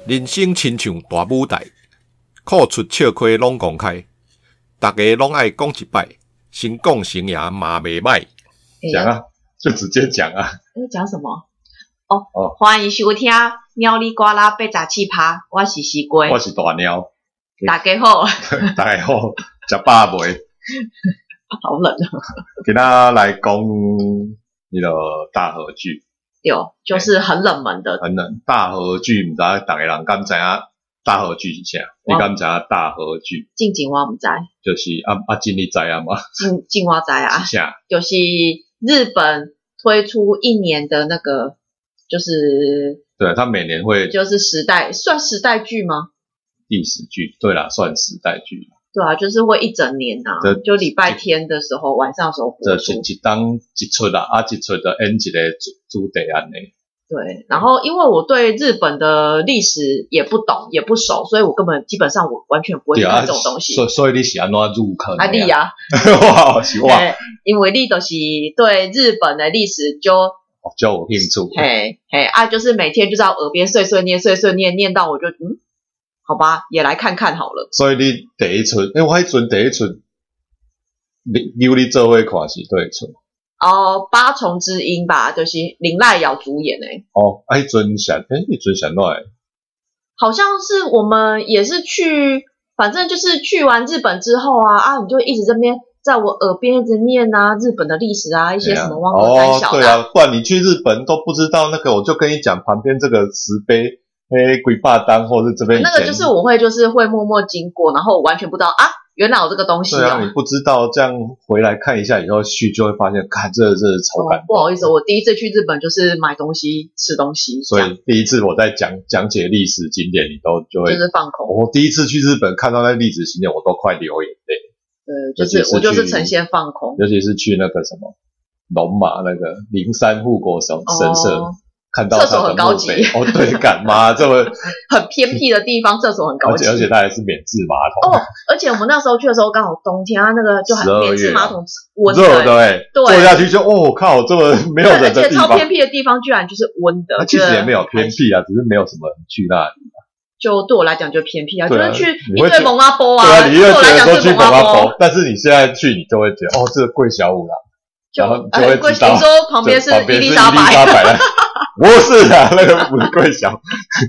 人生亲像大舞台，苦出笑开拢公开，大家拢爱讲一摆，成功成赢嘛袂歹。讲啊，就直接讲啊。 讲什么？欢迎收听《鸟里呱啦87趴》，我是西龟， 我是大鸟。 大家好， 大家好，食饱未？ 好冷啊！ 今仔来讲那个大河剧。 对，就是很冷门的。 很冷，大河剧，唔知大家人敢知影大河剧是啥？你敢知影大河剧？ 近景我唔知。 就是近你知啊吗？ 近我知啊。 是啥？ 就是日本推出一年的那个，就是对，他每年会就是算时代剧吗？ 历史剧，对啦，算时代剧。 对啊，就是会一整年啊，就礼拜天的时候晚上的时候播出。 这一档一出啦，一出就演一个主题安尼。 对，然后因为我对日本的历史也不懂也不熟，所以我基本上我完全不会去看这种东西。 所以你是安怎入坑？ 你啊， 哇，是哇， 因为你就是对日本的历史就有兴趣。 就是每天就是要耳边碎碎念，念到我就好吧，也来看看好了。 所以你第一出，我迄阵第一出，你做伙看是对出。 八重之音吧，就是林濑遥主演诶。 迄阵想，迄阵想哪？ 好像是我们也是去，反正就是去完日本之后你就一直这边在我耳边一直念日本的历史一些什么汪河三小的。 对啊，不然你去日本都不知道那个，我就跟你讲旁边这个石碑。鬼霸当或是这边那个就是我会默默经过，然后我完全不知道原来有这个东西。 对啊，你不知道，这样回来看一下以后去就会发现，看这是超感动。 不好意思，我第一次去日本就是买东西吃东西， 所以第一次我在讲解历史景点，你就会就是放空。 我第一次去日本看到那历史景点，我都快流眼泪。 对，我就是呈现放空， 尤其是去那个什么龙马那个灵山护国神社。看到厕所很高级对，干嘛这么很偏僻的地方，厕所很高级， 而且它还是免治马桶而且我们那时候去的时候刚好冬天那个就很免治马桶温的， 热的坐下去就靠，这么没有人的地方， 而且超偏僻的地方居然就是温的。 其实也没有偏僻只是没有什么人去那里就对我来讲就偏僻就是去一堆蒙阿波对我来讲是蒙阿波， 但是你现在去你就会觉得这个贵小五郎，然后就会知道你说旁边是伊丽莎白不是那个不是桂小。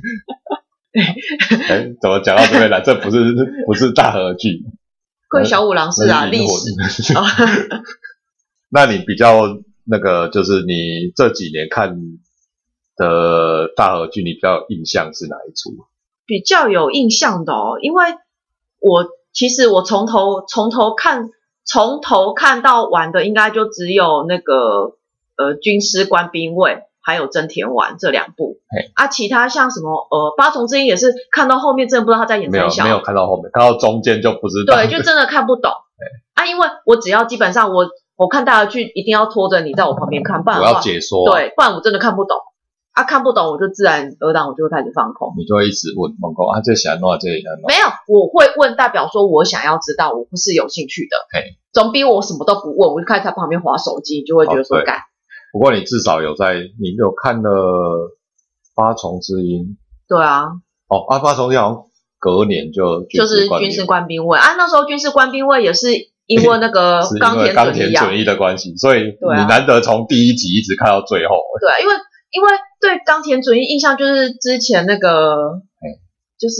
怎么讲到这边来？这不是大河剧。 桂小五郎是历史。 那你比较那个，就是你这几年看的大河剧，你比较有印象是哪一出？ 比较有印象的因为其实我从头看到完的，应该就只有那个军师官兵卫。还有真田丸这两部其他像什么八重之音也是看到后面真的不知道他在演三小， 没有看到后面，看到中间就不知道， 对，就真的看不懂因为我只要基本上我看大的剧一定要拖着你在我旁边看，不然的话我要解说对，不然我真的看不懂看不懂我就自然而然我就会开始放空， 你就会一直问这想弄这里没有，我会问代表说我想要知道，我不是有兴趣的总比我什么都不问我就开始在旁边滑手机，就会觉得说干不过你至少你有看了八重之音。 对啊。 八重之音好像隔年就是军事官兵卫那时候军事官兵卫也是因为那个冈田准一的关系，所以你难得从第一集一直看到最后。 对，因为对冈田准一印象就是之前那个就是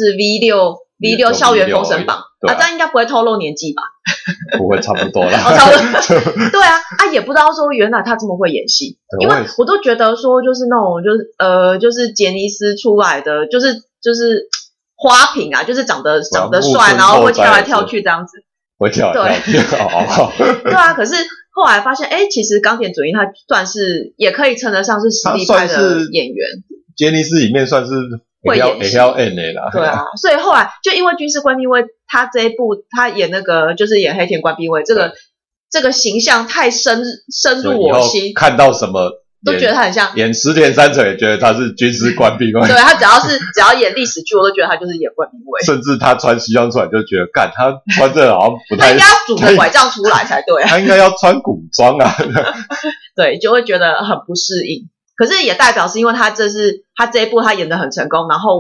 V6 校园封神榜这样应该不会透露年纪吧？ 不会，差不多啦。 差不多。对也不知道说原来他这么会演戏，因为我都觉得说就是那种就是杰尼斯出来的就是花瓶就是长得帅，然后会跳来跳去这样子。 会跳来跳去。 对可是后来发现其实冈田准一他算是也可以称得上是实力派的演员，杰尼斯里面算是会演戏的啦。 对所以后来就因为军事官兵卫他这一部他演那个就是演黑田官兵卫这个形象太深入我心， 看到什么都觉得他很像演石田三成，也觉得他是军事官兵卫。 对，他只要演历史剧，我都觉得他就是演官兵卫。 甚至他穿西装出来，就觉得干他穿这好像不太。 他应该要拄着拐杖出来才对他应该要穿古装对，就会觉得很不适应。可是也代表是因为他这一部他演得很成功，然后我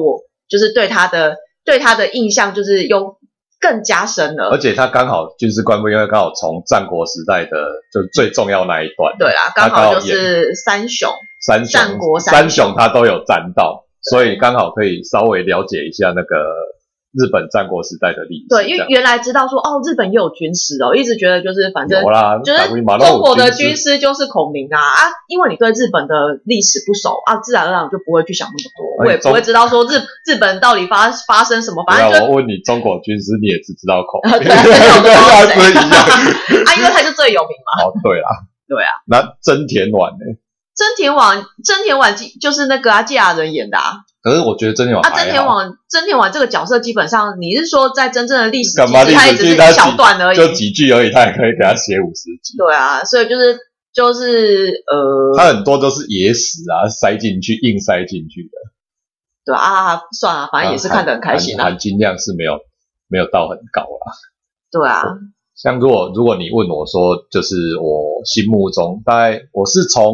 就是对他的印象就是又更加深了。 而且他刚好军事官兵，因为刚好从战国时代的就是最重要那一段， 对啦，刚好就是三雄他都有沾到，所以刚好可以稍微了解一下那个日本战国时代的历史。 对，因为原来知道说日本也有军师哦，一直觉得就是反正就是中国的军师就是孔明因为你对日本的历史不熟自然而然就不会去想那么多，我也不会知道说日本到底发生什么。反正我问你，中国军师你也只知道孔明， 对啊， 所以一样因为他就最有名嘛。 对啦， 对啊。 那真田丸呢？ 真田丸就是那个芥雅人演的可是我觉得真田丸真田丸这个角色基本上，你是说在真正的历史其实他也只是一小段而已， 就几句而已，他也可以给他写50集。 对啊，所以就是他很多都是野史塞进去，硬塞进去的。 对算了，反正也是看得很开心含金量是没有到很高啦。 对啊。 像如果你问我说，就是我心目中大概我是从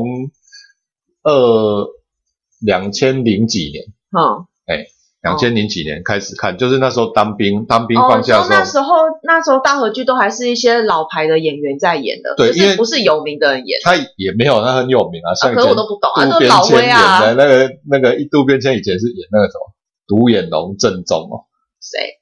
2000几年，2000几年开始看，就是那时候当兵放假的时候， 那时候大河剧都还是一些老牌的演员在演的， 对， 就是不是有名的人演， 他也没有很有名像以前可是我都不懂渡边谦演的那个渡边谦以前是演那个什么独眼龙正宗谁？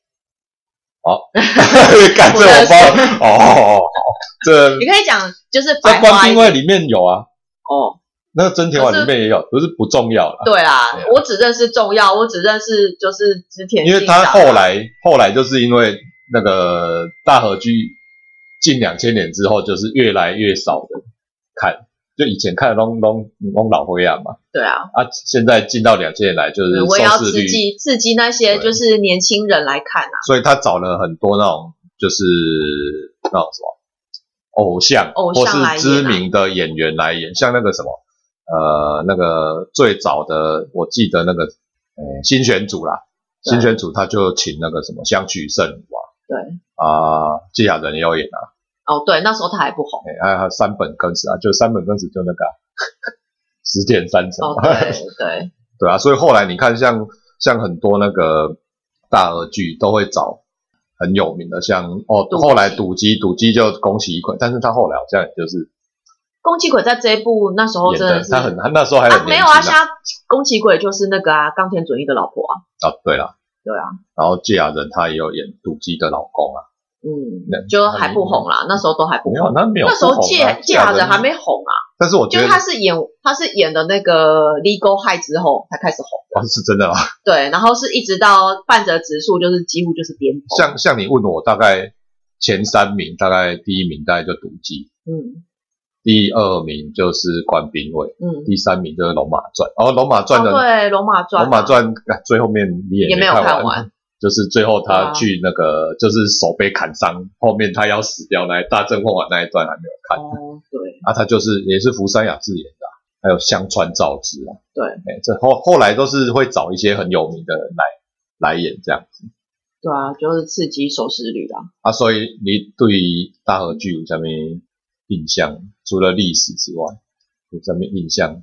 干这我包这你可以讲就是在官兵卫里面有那个真田丸里面也有，不是不重要啦。 对啦，我只认识重要，我只认识就是织田信长。 因为他后来就是因为那个大河剧近2000年之后，就是越来越少的看，就以前看的都老灰啊嘛。 对啊。 现在进到2000年来，就是我也要刺激那些就是年轻人来看所以他找了很多那种就是那种什么偶像或是知名的演员来演，像那个什么。那个最早的我记得那个新选组啦，新选组他就请那个什么香取慎吾对芥雅人也有演对，那时候他还不红还有山本耕史就山本耕史就那个石田三成对所以后来你看像很多那个大河剧都会找很有名的，像后来赌姬就宫崎葵，但是他后来好像也就是宫崎葵在这一部那时候真的是他那时候还很年轻没有现在宫崎葵就是那个冈田准一的老婆对啦，然后芥雅人他也有演赌姬的老公就还不红啦，那时候都还不红，那时候芥雅人还没红但是我觉得他是演的那个 Legal High 之后才开始红是真的吗？ 对，然后是一直到半泽直树就是几乎就是巅峰。 像你问我大概前3名，大概第1名大概就赌姬第2名就是官兵卫第3名就是龙马传龙马传的对龙马传最后面你也没有看完，就是最后他去那个就是手被砍伤，后面他要死掉大政奉还那一段还没有看对他就是也是福山雅治演的还有香川照之对这后来都是会找一些很有名的人来演这样子。 对就是刺激收视率所以你对于大河剧有什么印象？除了历史之外，有什么印象？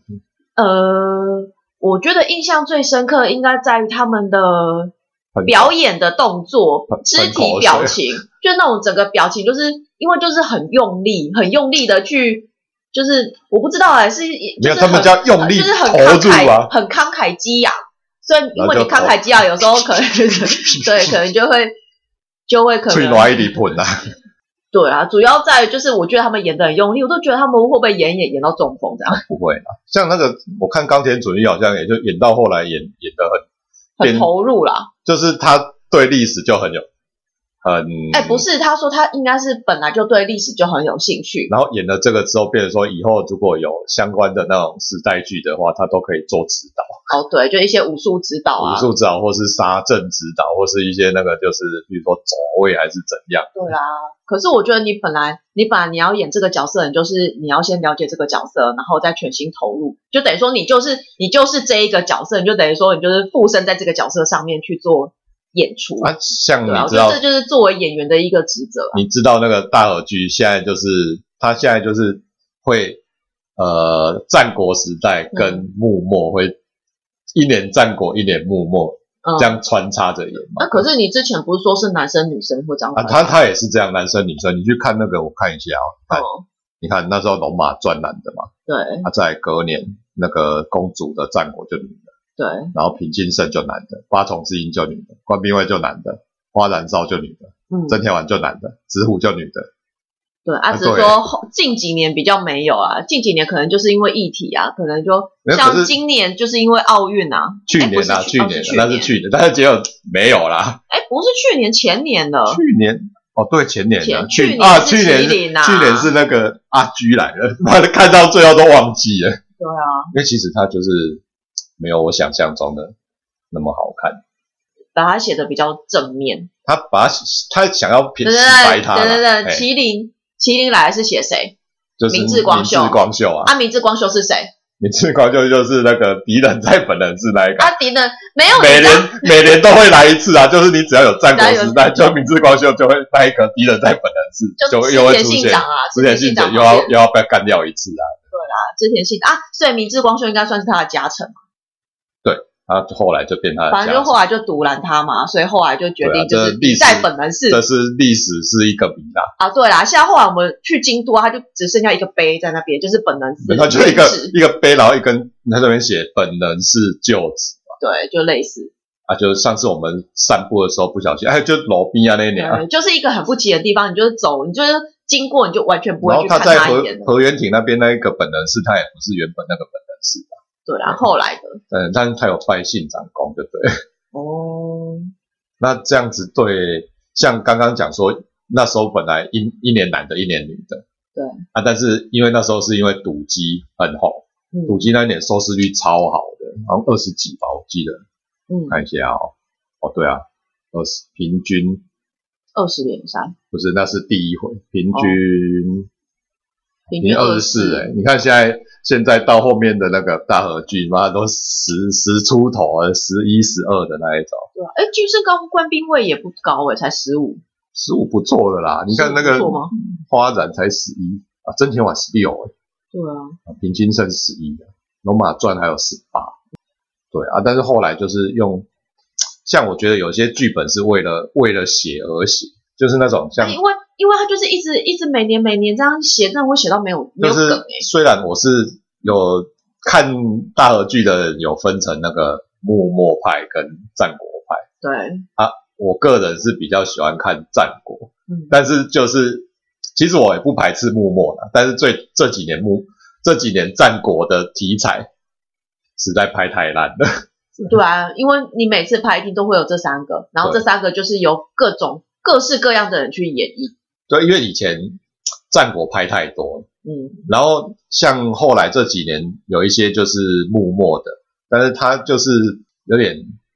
我觉得印象最深刻应该在于他们的表演的动作、肢体表情，就那种整个表情，就是因为就是很用力的去，就是我不知道是就是他们叫用力， 就是很慷慨激昂。所以因为你慷慨激昂，有时候可能对，可能就会可能。 吹暖一里喷对主要在于就是我觉得他们演得很用力，我都觉得他们会不会演到中风这样？ 不会啦，像那个我看冈田准一好像也就演到后来演得很投入啦， 就是他对历史就很有不是，他说他应该是本来就对历史就很有兴趣， 然后演了这个之后，变成说以后如果有相关的那种时代剧的话，他都可以做指导。 对，就一些武术指导或是杀阵指导，或是一些那个就是比如说走位还是怎样。 对可是我觉得你本来你要演这个角色，你就是你要先了解这个角色，然后再全心投入，就等于说你就是这一个角色，你就等于说你就是附身在这个角色上面去做演出像你知道， 这就是作为演员的一个职责你知道那个大河剧现在就是他现在就是会战国时代跟幕末会一年战国一年幕末这样穿插着演嘛。 那可是你之前不是说是男生女生会这样啊？他也是这样，男生女生，你去看那个，我看一下你看那时候龙马传男的嘛， 对， 在隔年那个公主的战果就女的， 对， 然后平津胜就男的，八重之音就女的，官兵卫就男的，花燃烧就女的，真田丸就男的，直虎就女的。 对啊，只是说近几年比较没有啊，近几年可能就是因为议题啊，可能就像今年就是因为奥运啊， 去年那是去年，但是结果没有啦。 不是去年，前年的。 去年对，前年的去年是那个阿居来了，妈的看到最后都忘记了。 对啊， 因为其实他就是没有我想象中的那么好看， 把它写的比较正面。 他想要洗白他。 对，麒麟来是写谁？ 就是明智光秀啊。 明智光秀是谁？ 明智光秀就是那个敌人在本能寺那一个。 敌人没有， 每年都会来一次啊，就是你只要有战国时代，就明智光秀就会那一个敌人在本能寺就又会出现织田信长又要被干掉一次啊。 对啦，织田信长所以明智光秀应该算是他的家臣嘛。 对，他后来就变他的家臣， 反正就后来就独揽他嘛，所以后来就决定就是敌在本能寺。 这是历史是一个谜啦。 对啦，现在后来我们去京都，他就只剩下一个碑在那边，就是本能寺。 他就一个碑，然后一根他这边写本能寺旧址。 对，就类似。 就是上次我们散步的时候不小心，就路边那年就是一个很不起的地方，你就是走，你就是经过，你就完全不会去看他一眼。河原町那边那一个本能寺，他也不是原本那个本能寺吧？ 对啦，后来的。 但是他有拜信长公，对不对？那这样子对，像刚刚讲说，那时候本来一年男的，一年女的， 对但是因为那时候是因为赌鸡很红，赌鸡那一年收视率超好的，好像20几吧，我记得。看一下对啊，平均 20.3， 不是，那是第一回，平均24你看现在到后面的那个大和剧，妈都10出头11、12的那一种。 对啊，军事官兵卫也不高才15 不错了啦。你看那个花染才11真田丸16 对啊， 平津胜11的，龙马传还有18。对啊，但是后来就是像我觉得有些剧本是为了写而写，就是那种像因为他就是一直每年这样写，真的会写到没有梗虽然我是有看大和剧的人有分成那个幕末派跟战国派， 对我个人是比较喜欢看战国，但是就是其实我也不排斥幕末啦，但是这几年战国的题材实在拍太烂了。 对啊，因为你每次拍一定都会有这3个，然后这3个就是由各式各样的人去演绎。 对，因为以前战国拍太多了，然后像后来这几年有一些就是幕末的，但是他就是有点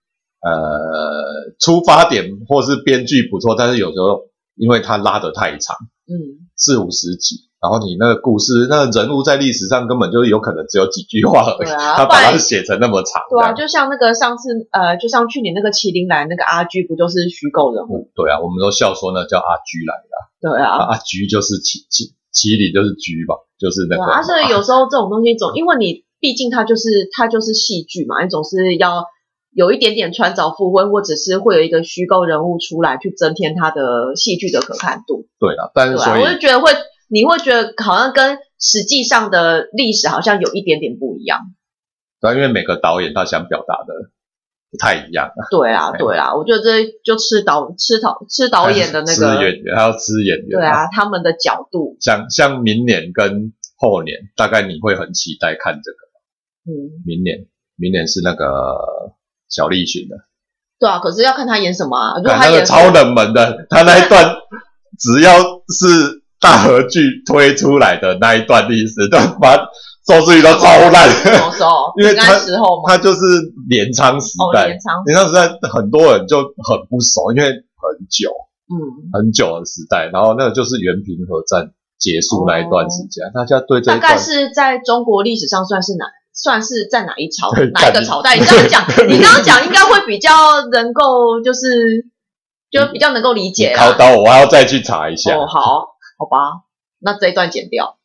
出发点或是编剧不错，但是有时候因为他拉得太长，40-50集。然后你那个故事，那个人物在历史上根本就有可能只有几句话而已，他把它写成那么长。 对啊，就像那个上次就像去年那个麒麟来那个阿居，不就是虚构人物？ 对啊，我们都笑说那叫阿居来的。 对啊， 阿居就是麒麟就是居吧，就是那个。 所以有时候这种东西因为你毕竟它就是戏剧嘛，你总是要有一点点穿凿附会，或者是会有一个虚构人物出来去增添它的戏剧的可看度。 对啊，但是所以我就觉得你会觉得好像跟实际上的历史好像有一点点不一样。 对，因为每个导演他想表达的不太一样。 对啊，我觉得这就吃导演的那个吃演员，还要吃演员。 对啊，他们的角度。 像明年跟后年，大概你会很期待看这个。明年是那个小栗旬的。对啊，可是要看他演什么啊？如果他演超冷门的，他那一段只要是大和剧推出来的那一段历史，都把收视率都超烂。因为他就是镰仓时代，镰仓时代很多人就很不熟，因为很久的时代，然后那个就是原平和战结束那一段时间，大家对这一段大概是在中国历史上算是在哪一朝哪一个朝代？你这样讲，你刚刚讲应该会比较能够就比较能够理解啦。 考到我还要再去查一下。 好吧，那这一段剪掉。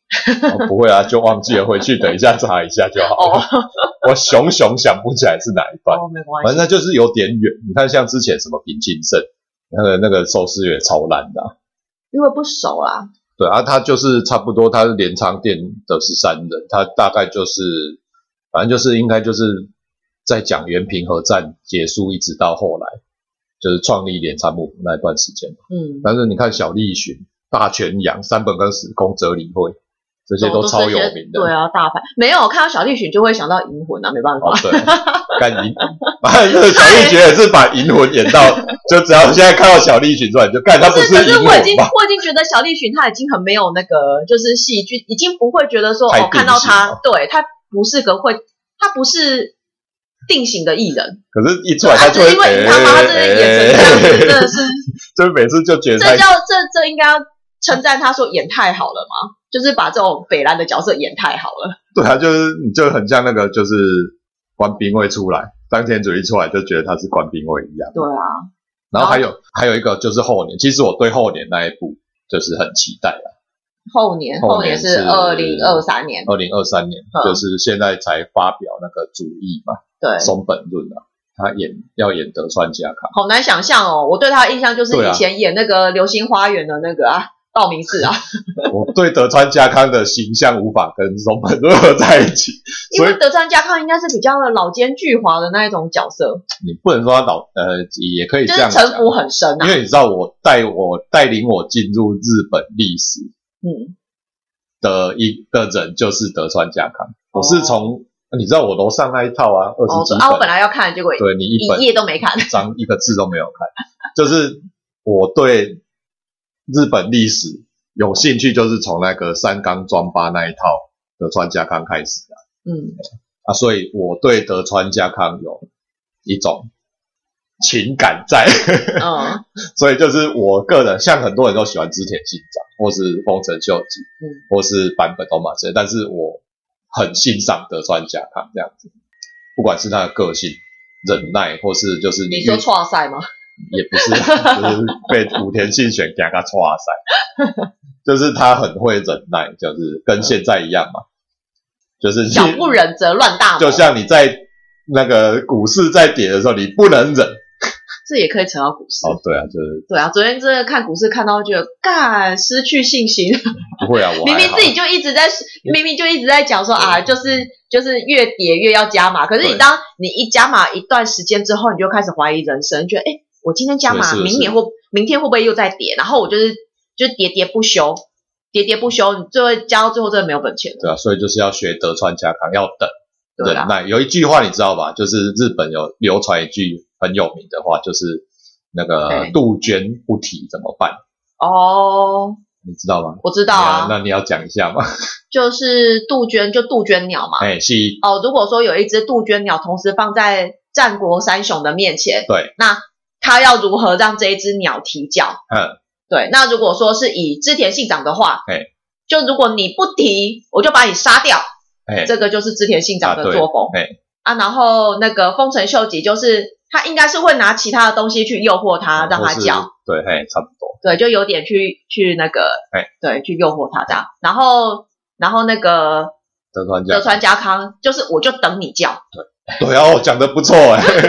不会啊，就忘记了，回去等一下查一下就好了。我熊想不起来是哪一段， 没关系， 反正就是有点远。你看像之前什么平清盛，那个收视也超烂的因为不熟啦。 对啊，他就是差不多，他是镰仓店的13人，他大概就是反正就是应该就是在讲原平和战结束，一直到后来就是创立镰仓幕府那一段时间。但是你看小栗旬、大泉洋、山本跟史公、泽里惠，这些都超有名的。 对啊，大牌没有看到小栗旬就会想到银魂啊，没办法。 对，干银，这个小栗旬也是把银魂演到，就只要现在看到小栗旬出来，你就干他不是银魂吧？ 我已经觉得小栗旬他已经很没有那个就是戏剧，已经不会觉得说看到他，对他不是他不是定型的艺人。 可是一出来他就会， 因为他把他这个演成这样子，真的是， 就每次就觉得这应该要称赞他说演太好了嘛，就是把这种北兰的角色演太好了。 对啊，就是你就很像那个就是官兵卫出来，当田主义出来就觉得他是官兵卫一样。 对啊， 然后还有一个就是后年，其实我对后年那一部就是很期待啦。 后年是2023年 ，2023年就是现在才发表那个主义嘛， 对， 松本润啊，他要演德川家康， 好难想象哦。我对他的印象就是以前演那个《流星花园》的那个道明寺啊。 我对德川家康的形象无法跟松本润合在一起， 因为德川家康应该是比较老奸巨猾的那一种角色。 你不能说他也可以这样讲， 就是城府很深啊。 因为你知道带领我进入日本历史，的一个人就是德川家康。我是从你知道我楼上那一套啊，20几本我本来要看，结果对你一页都没看， 一个字都没有看。就是我对日本历史有兴趣，就是从那个三冈庄八那一套德川家康开始的。所以我对德川家康有一种情感在。所以就是我个人，像很多人都喜欢织田信长或是丰臣秀吉，或是坂本龙马之类，但是我很欣赏德川家康这样子，不管是他的个性、忍耐，或是就是你说挫赛吗？ 也不是，就是被武田信玄给他挫赛，就是他很会忍耐，就是跟现在一样嘛，就是小不忍则乱大谋， 就像你在那个股市在跌的时候，你不能忍。 这也可以扯到股市对啊，就是对啊。昨天真的看股市看到觉得干失去信心。 不会啊，我明明自己就一直在讲说就是越跌越要加码，可是当你一加码一段时间之后，你就开始怀疑人生，觉得我今天加码，明天会不会又再跌？然后我就是喋喋不休，你最后加到最后真的没有本钱了。 对啊，所以就是要学德川家康，要等忍耐。有一句话你知道吧？就是日本有流传一句很有名的话，就是那个杜鹃不提怎么办？你知道吗？ 我知道啊。 那你要讲一下吗？ 就是杜鹃鸟嘛。 是。 如果说有一只杜鹃鸟同时放在战国三雄的面前， 对， 那他要如何让这一只鸟啼叫？对，那如果说是以织田信长的话，就如果你不提，我就把你杀掉。这个就是织田信长的作风。然后那个丰臣秀吉就是他应该是会拿其他的东西去诱惑他，让他叫。 对，差不多。 对，就有点去那个，对，去诱惑他这样。然后那个德川家康就是我就等你叫。 对啊，讲得不错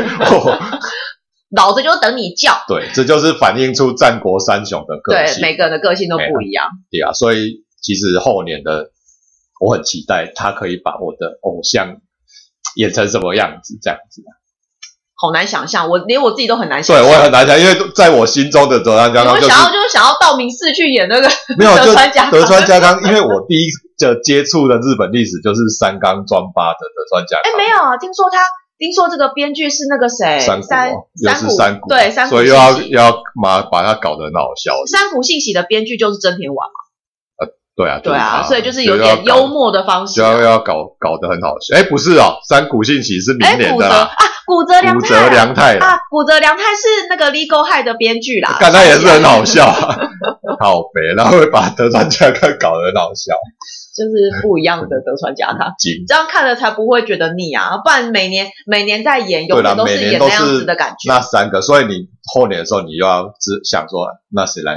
老子就等你叫。 对，这就是反映出战国三雄的个性。 对，每个人的个性都不一样。 对啊，所以其实后年的我很期待他可以把我的偶像演成什么样子，这样子。 好难想象，连我自己都很难想象。 对，我也很难想象，因为在我心中的德川家康就是想要道明寺去演那个没有德川家康，因为我第一个接触的日本历史就是三冈庄八的德川家康。 没有啊，听说这个编剧是那个谁， 山谷， 对，山谷， 所以又要把它搞得很好笑。 山谷信喜的编剧就是真田丸嘛。 对啊， 所以就是有点幽默的方式， 就要搞得很好笑。不是山谷信喜是明年的啦。 古泽良太古泽良太是那个 Legal High 的编剧啦， 看他也是很好笑好肥，然后会把德川家康搞得很好笑， 就是不一样的德川家康，这样看了才不会觉得腻啊，不然每年在演，永远都是演那样子的感觉。 那3个，所以你后年的时候，你又要想说，那谁来演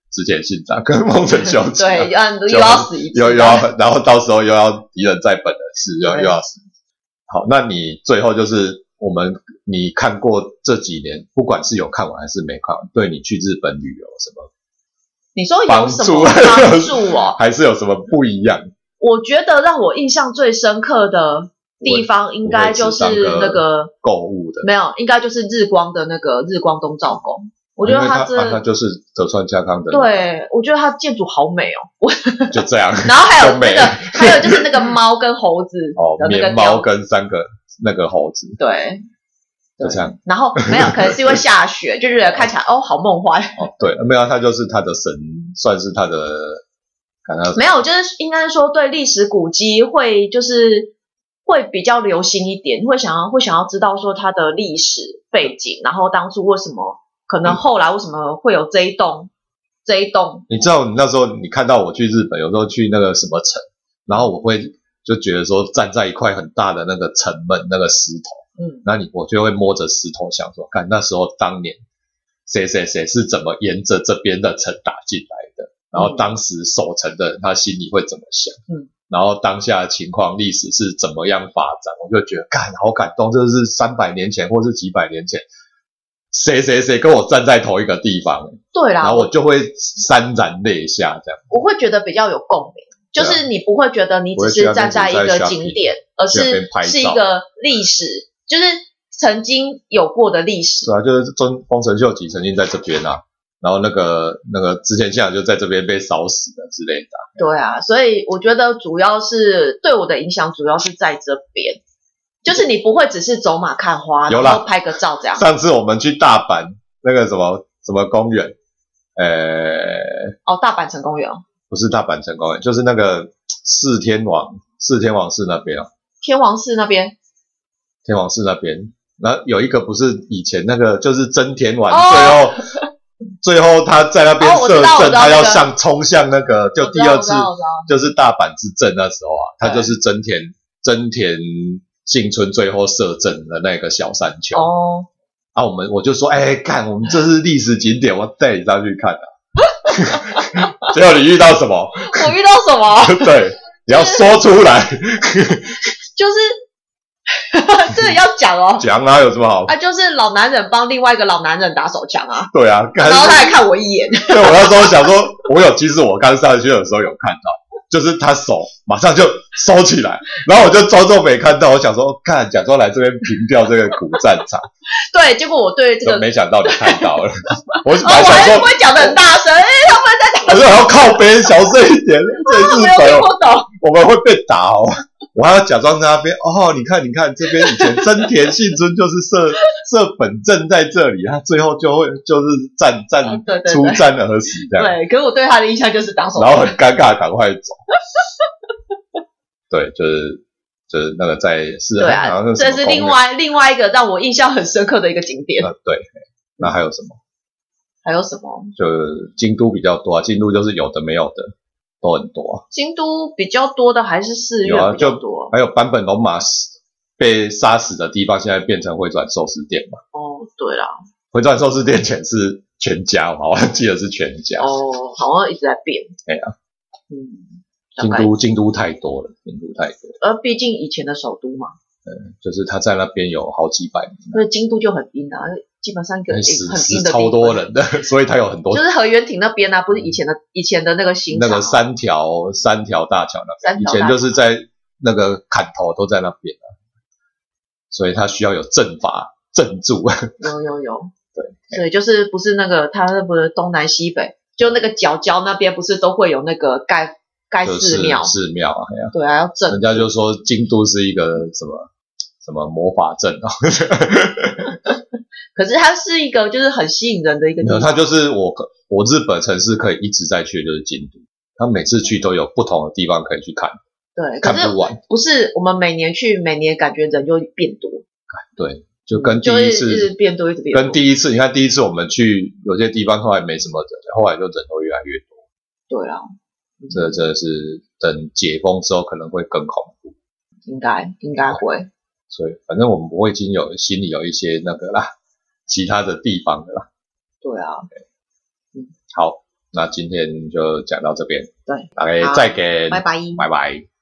织田信长跟丰臣秀吉， 对，又要死一次， 又要，然后到时候又要敌人在本的事，又要死。好，那你最后就是你看过这几年，不管是有看完还是没看完，对你去日本旅游什么？ 你说有什么帮助哦？ 还是有什么不一样？ 我觉得让我印象最深刻的地方，应该就是那个购物的， 没有，应该就是日光的那个日光东照宫。我觉得它就是德川家康的。 对，我觉得它建筑好美哦。 就这样。 然后还有那个，还有就是那个猫跟猴子的那个棉猫跟3个那个猴子。 对。 就这样。 然后没有，可能是因为下雪，就觉得看起来好梦幻。 对，没有，它就是它的算是它的。 没有，就是应该说对历史古迹会比较留心一点，会想要知道说它的历史背景，然后当初为什么可能后来为什么会有这一栋。 你知道你那时候你看到我去日本，有时候去那个什么城，然后我会就觉得说站在一块很大的那个城门那个石头，那我就会摸着石头想说，看那时候当年谁是怎么沿着这边的城打进来的，然后当时守城的人他心里会怎么想，然后当下的情况历史是怎么样发展，我就觉得好感动，这是300年前或是几百年前谁跟我站在同一个地方， 对啦， 然后我就会潸然泪下这样。 我会觉得比较有共鸣，就是你不会觉得你只是站在一个景点，而是一个历史，就是曾经有过的历史。 对啊，就是丰臣秀吉曾经在这边啊，然后那个织田信长就在这边被烧死了之类的。 对啊，所以我觉得主要是对我的影响主要是在这边。就是你不会只是走马看花，然后拍个照这样。 上次我们去大阪那个什么公园， 大阪城公园哦， 不是大阪城公园，就是那个四天王寺那边哦。 天王寺那边， 然后有一个不是以前那个就是真田丸，最后他在那边射阵，他要冲向那个就第二次就是大阪之阵那时候啊，他就是真田幸村最后射阵的那个小山丘我就说看我们这是历史景点，我带你上去看结果你遇到什么？ 我遇到什么？ 对，你要说出来。 就是这个要讲哦。 讲啊，有什么好？ 就是老男人帮另外一个老男人打手枪啊。 对啊， 然后他还看我一眼。 对，我那时候想说，其实我刚上去的时候有看到。就是他手马上就收起来，然后我就装作没看到，我想说假装来这边平掉这个古战场。 对，结果我对这个没想到你看到了。我还不会讲得很大声，他们在打。 我说还要靠边，小声一点。这日本我们会被打哦。我还要假装在那边你看这边以前真田幸村就是设本阵在这里，他最后就是出战而死这样。 对，可是我对他的印象就是打手， 然后很尴尬，赶快走。对，就是那个在对啊，这是另外一个让我印象很深刻的一个景点。 对，那还有什么？ 就京都比较多啊，京都就是有的没有的都很多。 京都比较多的还是寺院比较多， 还有坂本龙马被杀死的地方，现在变成回转寿司店嘛。 对啦， 回转寿司店前是全家，我好像记得是全家。 好像一直在变。 京都太多了， 毕竟以前的首都嘛。 就是他在那边有好几百年。 所以京都就很阴啊，基本上一个很阴的地方， 超多人的，所以他有很多。 就是河原町那边啊，不是以前的那个新那个三条大桥那边，以前就是在那个砍头都在那边所以他需要有阵法镇住。 有。对，所以就是不是那个他那不是东南西北，就那个角那边不是都会有那个盖寺庙啊， 对啊，要镇。 人家就说京都是一个什么魔法阵可是它是一个就是很吸引人的一个地方。 它就是我日本城市可以一直在去的就是京都，他每次去都有不同的地方可以去看。 对， 看不完。 不是我们每年去，每年感觉人就变多。 对，就跟第一次一直变多。 跟第一次，你看第一次我们去有些地方后来没什么人，后来就人都越来越多。 对啊， 这真的是等解封之后可能会更恐怖。 应该会。 所以反正我们已经心里有一些那个啦，其他的地方的啦。 对啊。 好， 那今天就讲到这边， 对， 大家再见， 拜拜， 拜拜。